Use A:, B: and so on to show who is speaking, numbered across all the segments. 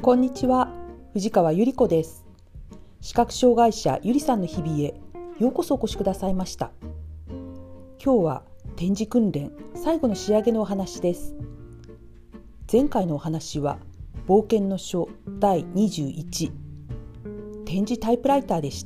A: こんにちは、藤川ゆり子です。視覚障害者ゆりさんの日々へようこそお越しくださいました。今日は展示訓練最後の仕上げのお話です。前回のお話は冒険の書第21展示タイプライターでした。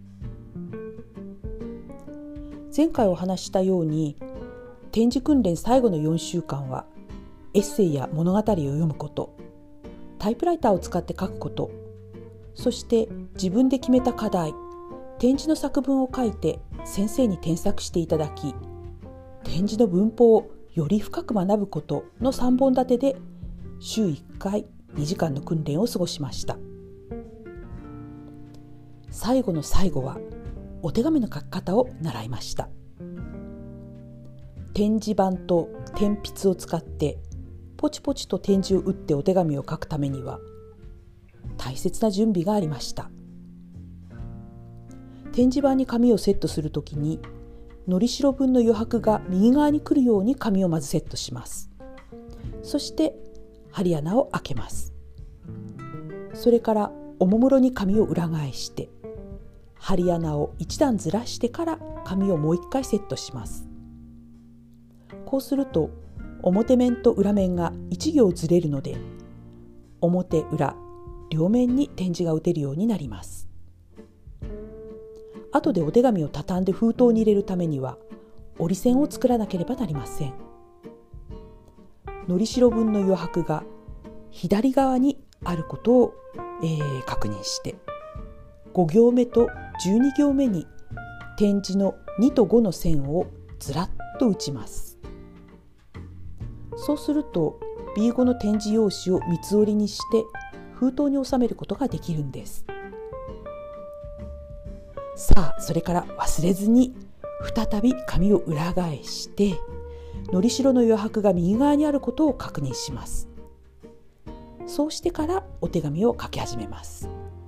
A: 前回お話したように展示訓練最後の4週間はエッセイや物語を読むこと、タイプライターを使って書くこと、そして自分で決めた課題、展示の作文を書いて先生に添削していただき、展示の文法をより深く学ぶことの3本立てで週1回2時間の訓練を過ごしました。最後の最後はお手紙の書き方を習いました。展示板と鉛筆を使ってポチポチと点字を打ってお手紙を書くためには大切な準備がありました。展示板に紙をセットするときにのりしろ分の余白が右側に来るように紙をまずセットします。そして針穴を開けます。それからおもむろに紙を裏返して針穴を一段ずらしてから紙をもう一回セットします。こうすると表面と裏面が1行ずれるので表裏両面に点字が打てるようになります。後でお手紙を畳んで封筒に入れるためには折り線を作らなければなりません。のりしろ分の余白が左側にあることを、確認して5行目と12行目に点字の2と5の線をずらっと打ちます。そうすると B5 の点字用紙を三つ折りにして封筒に収めることができるんです。さあ、それから忘れずに再び紙を裏返してのりしろの余白が右側にあることを確認します。そうしてからお手紙を書き始めます。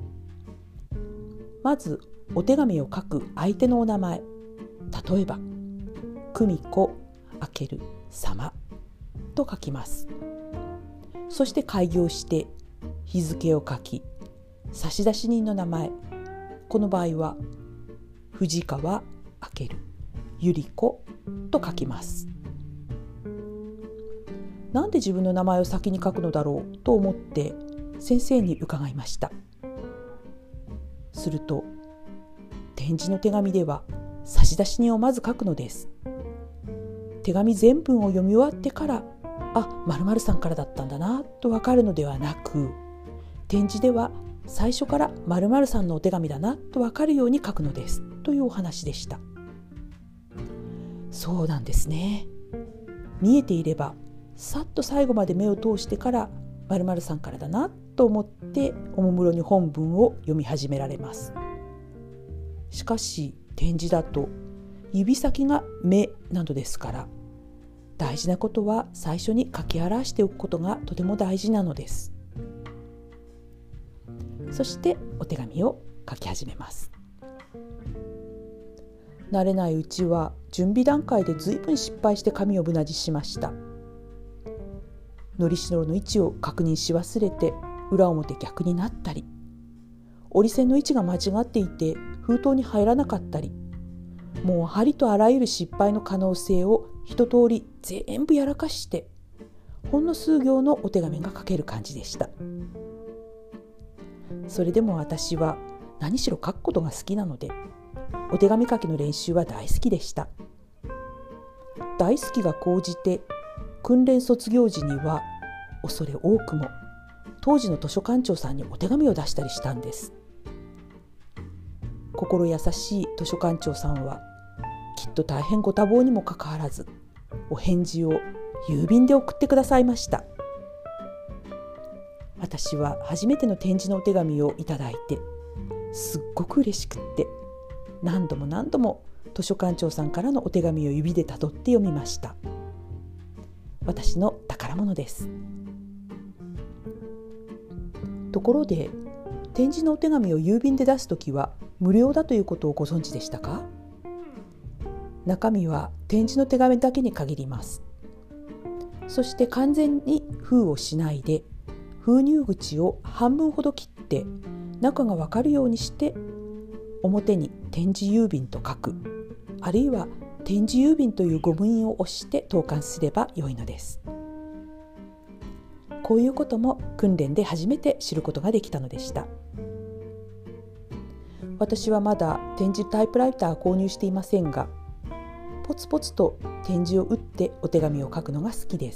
A: まずお手紙を書く相手のお名前、例えば久美子、あける、様と書きます。そして開業して日付を書き、差出人の名前、この場合は藤川明ゆり子と書きます。なんで自分の名前を先に書くのだろうと思って先生に伺いました。すると点字の手紙では差出人をまず書くのです。手紙全文を読み終わってから〇〇さんからだったんだなと分かるのではなく、点字では最初から〇〇さんのお手紙だなと分かるように書くのですというお話でした。そうなんですね。見えていればさっと最後まで目を通してから〇〇さんからだなと思っておもむろに本文を読み始められます。しかし点字だと指先が目などですから、大事なことは最初に書き表しておくことがとても大事なのです。そしてお手紙を書き始めます。慣れないうちは準備段階でずいぶん失敗して紙をぶなじしました。のりしろの位置を確認し忘れて裏表逆になったり、折り線の位置が間違っていて封筒に入らなかったり、もうありとあらゆる失敗の可能性を一通り全部やらかしてほんの数行のお手紙が書ける感じでした。それでも私は何しろ書くことが好きなのでお手紙書きの練習は大好きでした。大好きが高じて訓練卒業時には恐れ多くも当時の図書館長さんにお手紙を出したりしたんです。心優しい図書館長さんはきっと大変ご多忙にもかかわらずお返事を郵便で送ってくださいました。私は初めての展示のお手紙をいただいてすっごく嬉しくって何度も何度も図書館長さんからのお手紙を指でたどって読みました。私の宝物です。ところで展示のお手紙を郵便で出すときは無料だということをご存知でしたか？中身は展示の手紙だけに限ります。そして完全に封をしないで封入口を半分ほど切って中がわかるようにして表に点字郵便と書く、あるいは点字郵便というゴム印を押して投函すればよいのです。こういうことも訓練で初めて知ることができたのでした。私はまだ点字タイプライター購入していませんが、ポツポツと点字を打ってお手紙を書くのが好きです。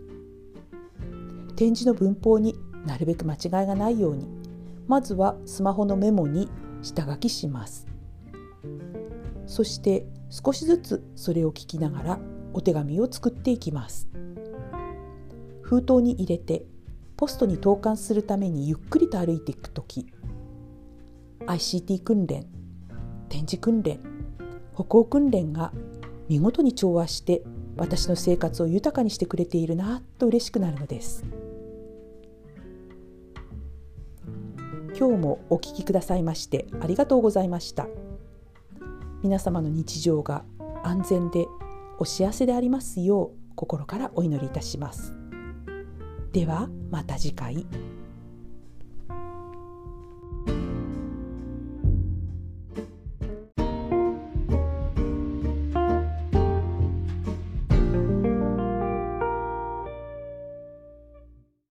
A: 点字の文法になるべく間違いがないように、まずはスマホのメモに下書きします。そして少しずつそれを聞きながらお手紙を作っていきます。封筒に入れてポストに投函するためにゆっくりと歩いていくとき、ICT 訓練、点字訓練、歩行訓練が見事に調和して私の生活を豊かにしてくれているなと嬉しくなるのです。今日もお聞きくださいましてありがとうございました。皆様の日常が安全でお幸せでありますよう心からお祈りいたします。ではまた次回。